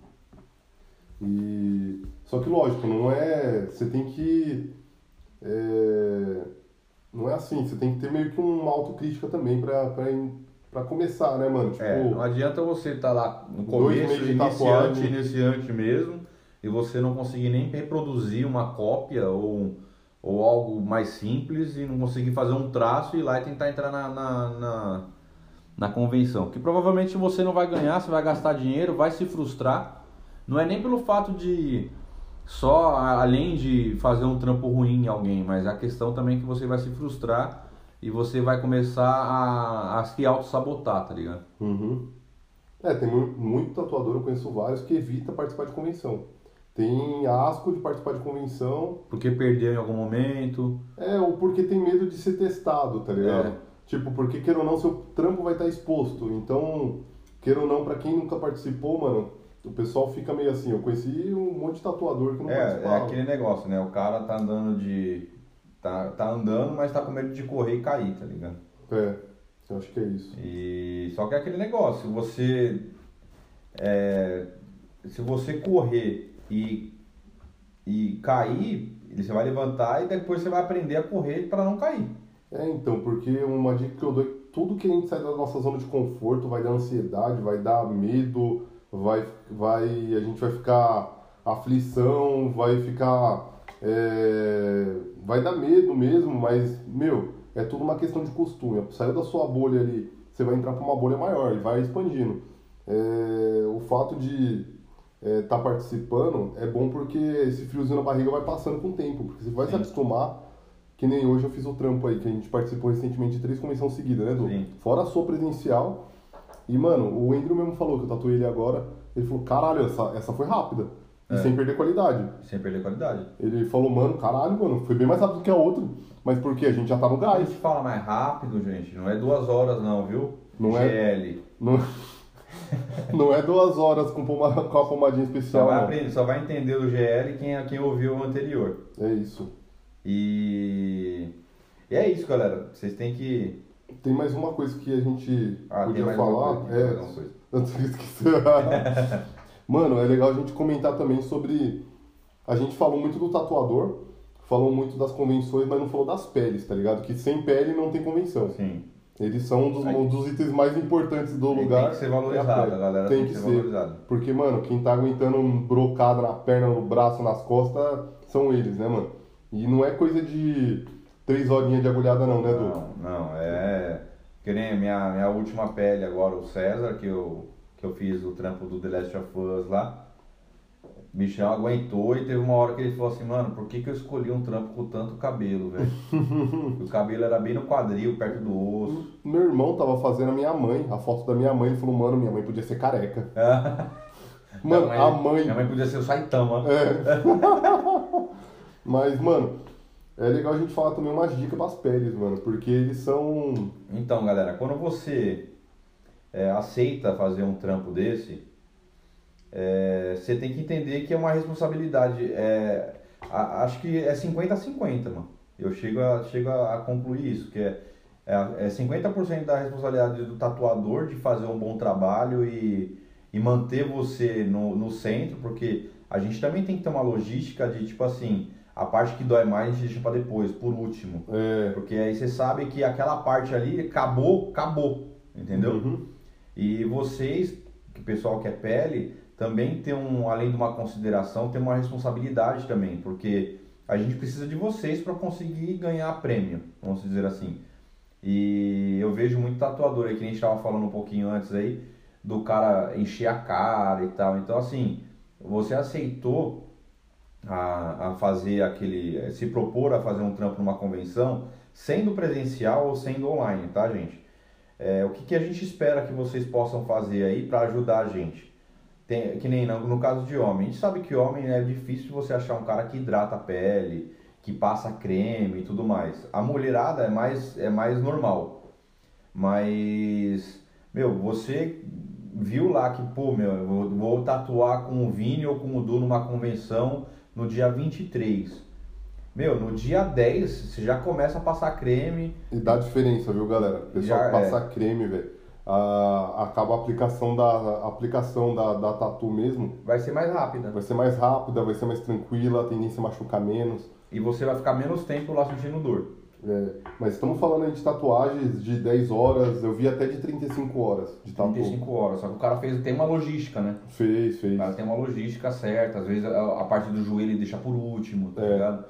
E só que lógico, não é, você tem que é, não é assim, você tem que ter meio que uma autocrítica também pra, pra, pra começar, né, mano? Tipo, É, não adianta você estar lá no dois começo, meses de iniciante, tatuagem. iniciante mesmo, e você não conseguir nem reproduzir uma cópia ou, ou algo mais simples e não conseguir fazer um traço e ir lá e tentar entrar na, na, na, na convenção. Que provavelmente você não vai ganhar, você vai gastar dinheiro, vai se frustrar. Não é nem pelo fato de, só a- além de fazer um trampo ruim em alguém, mas a questão também é que você vai se frustrar e você vai começar a, a se auto-sabotar, tá ligado? Uhum. É, tem mu- muito tatuador, eu conheço vários, que evita participar de convenção. Tem asco de participar de convenção, Porque perdeu em algum momento. é, ou porque tem medo de ser testado, tá ligado? É. Tipo, porque queira ou não, seu trampo vai estar exposto. Então, queira ou não, pra quem nunca participou, mano, o pessoal fica meio assim. Eu conheci um monte de tatuador que não É, é participava. aquele negócio, né? O cara tá andando de. Tá, tá andando, mas tá com medo de correr e cair, tá ligado? É, eu acho que é isso. E só que é aquele negócio, você é, se você correr e, e cair, você vai levantar e depois você vai aprender a correr para não cair. É, então, porque uma dica que eu dou é que tudo que a gente sai da nossa zona de conforto vai dar ansiedade, vai dar medo, vai, vai, a gente vai ficar aflição, vai ficar, é, vai dar medo mesmo, mas, meu, é tudo uma questão de costume. Saiu da sua bolha ali, você vai entrar para uma bolha maior e vai expandindo. É, o fato de estar participando é bom porque esse friozinho na barriga vai passando com o tempo, porque você vai se Sim. acostumar. Que nem hoje eu fiz o trampo aí, que a gente participou recentemente de três convenções seguidas, né, Du? Sim. Fora a sua presencial. E, mano, o Andrew mesmo falou, que eu tatuei ele agora, ele falou, caralho, essa, essa foi rápida. E É. sem perder qualidade. Sem perder qualidade. Ele falou, mano, caralho, mano, foi bem mais rápido que a outra. Mas por quê? A gente já tá no A gás. gente fala mais rápido, gente, não é duas horas não, viu? Não G é? L. Não, não é duas horas com, poma, com a pomadinha Só especial, vai, não. aprender, só vai entender o G L quem, quem ouviu o anterior. É isso. E, e é isso, galera. Vocês têm que. Tem mais uma coisa que a gente Ah, tem podia mais uma falar. coisa, tem é, mais uma coisa. antes que eu esqueça. Mano, é legal a gente comentar também sobre. A gente falou muito do tatuador, falou muito das convenções, mas não falou das peles, tá ligado? Que sem pele não tem convenção. Sim. Eles são um dos, Aí- um dos itens mais importantes do Tem lugar. que ser é valorizado, pele. a galera Tem tem, que que ser ser. valorizado. Porque, mano, quem tá aguentando um brocado na perna, no braço, nas costas, são eles, né, mano? E não é coisa de três horinhas de agulhada não, né, Du? Não, não, é. Que nem a minha, minha última pele agora, o César, que eu, que eu fiz o trampo do The Last of Us lá. O bichão aguentou e teve uma hora que ele falou assim, mano, por que, que eu escolhi um trampo com tanto cabelo, velho? O cabelo era bem no quadril, perto do osso. Meu irmão tava fazendo a minha mãe, a foto da minha mãe, ele falou, mano, minha mãe podia ser careca. Mano, Minha a mãe... Minha mãe podia ser o Saitama. É. Mas, mano, é legal a gente falar também umas dicas pras peles, mano, porque eles são... Então, galera, quando você é, aceita fazer um trampo desse, é, você tem que entender que é uma responsabilidade. É, a- acho que é cinquenta a cinquenta, mano. Eu chego a, chego a, a concluir isso, que é, é, é cinquenta por cento da responsabilidade do tatuador de fazer um bom trabalho e, e manter você no, no centro, porque a gente também tem que ter uma logística de, tipo assim, a parte que dói mais a gente deixa pra depois, por último. É... Porque aí você sabe que aquela parte ali acabou, acabou, entendeu? Uhum. E vocês, que o pessoal que é pele, também tem um, além de uma consideração, tem uma responsabilidade também, porque a gente precisa de vocês para conseguir ganhar prêmio, vamos dizer assim. E eu vejo muito tatuador aí, que a gente estava falando um pouquinho antes aí, do cara encher a cara e tal. Então assim, você aceitou a, a fazer aquele, se propor a fazer um trampo numa convenção, sendo presencial ou sendo online, tá, gente? É, o que, que a gente espera que vocês possam fazer aí para ajudar a gente? Tem, que nem no, no caso de homem, a gente sabe que homem é difícil você achar um cara que hidrata a pele, que passa creme e tudo mais. A mulherada é mais, é mais normal. Mas, meu, você viu lá que, pô, meu, eu vou, vou tatuar com o Vini ou com o Du numa convenção no dia vinte e três. Meu, no dia dez você já começa a passar creme. E dá diferença, viu, galera? O pessoal Já que passa creme, velho, a- acaba a aplicação da, a aplicação da, da tatu mesmo, Vai ser mais rápida. vai ser mais rápida, vai ser mais tranquila, a tendência a machucar menos. E você vai ficar menos tempo lá sentindo dor. É, mas estamos falando aí de tatuagens de dez horas, eu vi até de trinta e cinco horas de tatu. trinta e cinco horas. Só que o cara fez, tem uma logística, né? Fez, O fez. cara tem uma logística certa. Às vezes a, a parte do joelho ele deixa por último, tá É. ligado?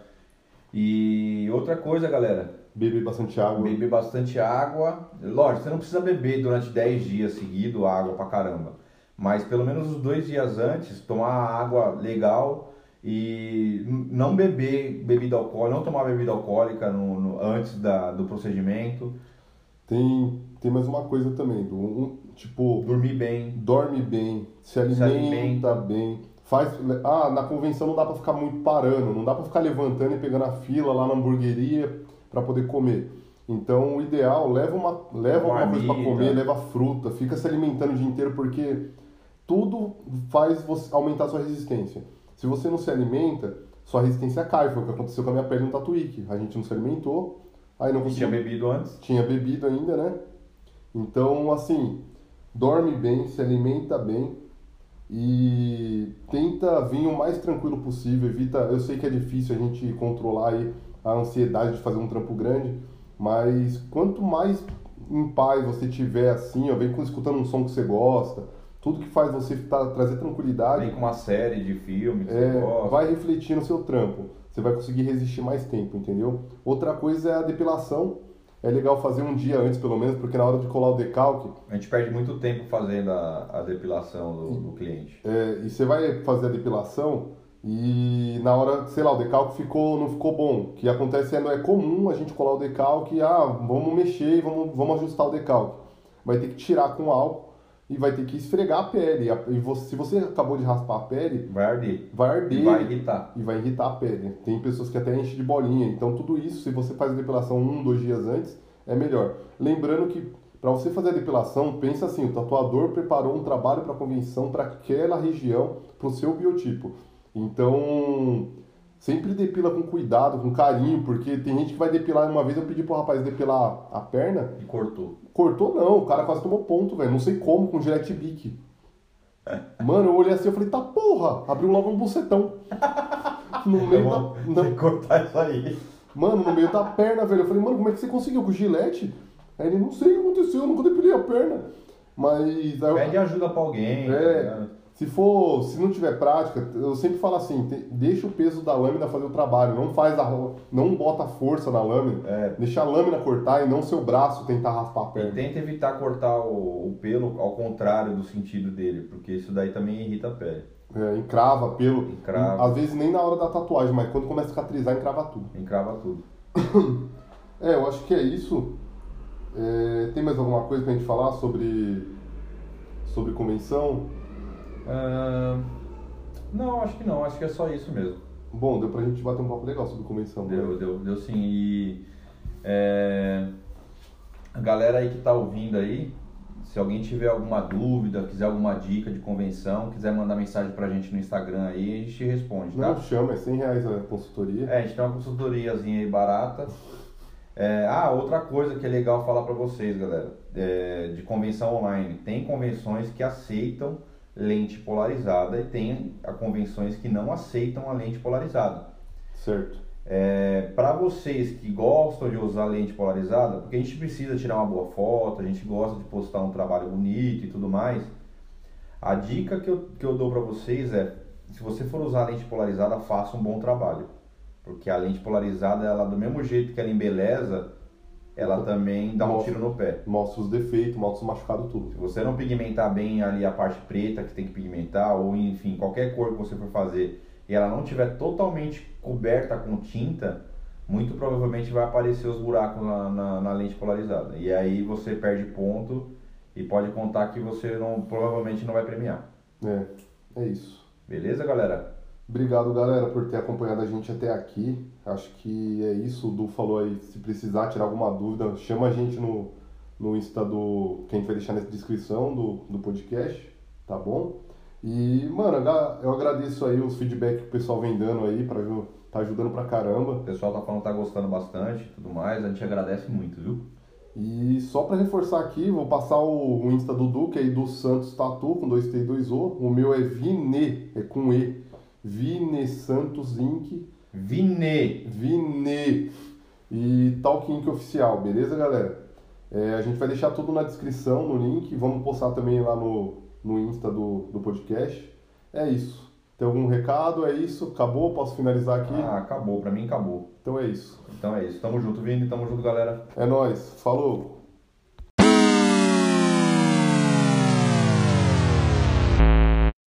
E outra coisa, galera. Beber bastante água. Beber bastante água. Lógico, você não precisa beber durante dez dias seguido água pra caramba. Mas pelo menos os dois dias antes, tomar água legal E não beber bebida alcoólica, não tomar bebida alcoólica no, no, antes da, do procedimento. Tem, tem mais uma coisa também, do, um, tipo... Dormir bem. Dorme bem, se alimenta, se alimenta bem. Faz, ah, na convenção não dá pra ficar muito parando, não dá pra ficar levantando e pegando a fila lá na hamburgueria pra poder comer. Então, o ideal, leva uma, leva uma coisa pra comer, leva fruta, fica se alimentando o dia inteiro, porque tudo faz você aumentar a sua resistência. Se você não se alimenta, sua resistência cai. Foi o que aconteceu com a minha pele no Tatuíque. A gente não se alimentou, aí não conseguiu. Tinha bebido antes? Tinha bebido ainda, né? Então, assim, dorme bem, se alimenta bem e tenta vir o mais tranquilo possível. Evita, eu sei que é difícil a gente controlar aí a ansiedade de fazer um trampo grande, mas quanto mais em paz você tiver assim, ó, vem escutando um som que você gosta, tudo que faz você tá, trazer tranquilidade. Vem com uma série de filmes que é, você gosta. Vai refletir no seu trampo. Você vai conseguir resistir mais tempo, entendeu? Outra coisa é a depilação. É legal fazer um dia antes, pelo menos, porque na hora de colar o decalque... A gente perde muito tempo fazendo a, a depilação do, do cliente. É, e você vai fazer a depilação e na hora, sei lá, o decalque ficou, não ficou bom. O que acontece é, não é comum a gente colar o decalque, ah, vamos mexer e vamos, vamos ajustar o decalque. Vai ter que tirar com álcool e vai ter que esfregar a pele. E você, se você acabou de raspar a pele... Vai arder. Vai arder. E vai irritar. E vai irritar a pele. Tem pessoas que até enchem de bolinha. Então tudo isso, se você faz a depilação um, dois dias antes, é melhor. Lembrando que para você fazer a depilação, pensa assim, o tatuador preparou um trabalho para a convenção para aquela região, para o seu biotipo. Então, sempre depila com cuidado, com carinho, porque tem gente que vai depilar. Uma vez eu pedi pro rapaz depilar a perna. E cortou. Cortou não, o cara quase tomou ponto, velho. Não sei como, com Gillette Bic. Mano, eu olhei assim, eu falei, tá porra, abriu logo um bucetão. No meio da... Tem que cortar isso aí. Mano, no meio da perna, velho. Eu falei, mano, como é que você conseguiu com o Gillette? Aí ele, não sei o que aconteceu, eu nunca depilei a perna. Mas... Aí Pede eu... ajuda pra alguém. É, tá, se for, se não tiver prática, eu sempre falo assim, te, deixa o peso da lâmina fazer o trabalho. Não faz a, não bota força na lâmina. É. Deixa a lâmina cortar e não seu braço tentar raspar a E perna. tenta evitar cortar o, o pelo ao contrário do sentido dele, porque isso daí também irrita a pele. É, encrava pelo. Encrava. Às vezes nem na hora da tatuagem, mas quando começa a cicatrizar, encrava tudo. Encrava tudo. É, eu acho que é isso. É, tem mais alguma coisa pra gente falar sobre, sobre convenção? Uh, não, acho que não. Acho que é só isso mesmo. Bom, deu pra gente bater um papo legal sobre convenção. Deu, né? deu, deu sim. E é, a galera aí que tá ouvindo aí, se alguém tiver alguma dúvida, quiser alguma dica de convenção, quiser mandar mensagem pra gente no Instagram aí, a gente responde, tá? Não chama, é cem reais a consultoria. É, a gente tem uma consultoriazinha aí barata. É, ah, outra coisa que é legal falar pra vocês, galera, é, de convenção online. Tem convenções que aceitam lente polarizada e tem a convenções que não aceitam a lente polarizada. Certo. É, para vocês que gostam de usar lente polarizada, porque a gente precisa tirar uma boa foto, a gente gosta de postar um trabalho bonito e tudo mais, a dica que eu, que eu dou para vocês é, se você for usar lente polarizada, faça um bom trabalho, porque a lente polarizada, ela do mesmo jeito que ela embeleza, ela também dá um Mostra. tiro no pé. Mostra os defeitos, mostra os machucados, tudo. Se você não pigmentar bem ali a parte preta que tem que pigmentar, ou enfim, qualquer cor que você for fazer, e ela não estiver totalmente coberta com tinta, muito provavelmente vai aparecer os buracos na, na, na lente polarizada. E aí você perde ponto e pode contar que você não, provavelmente não vai premiar. É, é isso. Beleza, galera? Obrigado, galera, por ter acompanhado a gente até aqui. Acho que é isso. O Du falou aí, se precisar tirar alguma dúvida, chama a gente no, no Insta do... que a gente vai deixar na descrição do, do podcast, tá bom? E, mano, eu agradeço aí os feedbacks que o pessoal vem dando aí, pra, tá ajudando pra caramba. O pessoal tá falando que tá gostando bastante e tudo mais, a gente agradece muito, viu? E só pra reforçar aqui, vou passar o, o Insta do Du, que é do Santos Tatu, com dois T e dois O. O meu é Vine, é com E. Vine Santos Inc. Vine! Vine! E Talk Inc Oficial, beleza, galera? É, a gente vai deixar tudo na descrição, no link. Vamos postar também lá no, no Insta do, do podcast. É isso. Tem algum recado? É isso? Acabou? Posso finalizar aqui? Ah, acabou. Pra mim, acabou. Então é isso. Então é isso. Tamo junto, Vini. Tamo junto, galera. É nóis. Falou!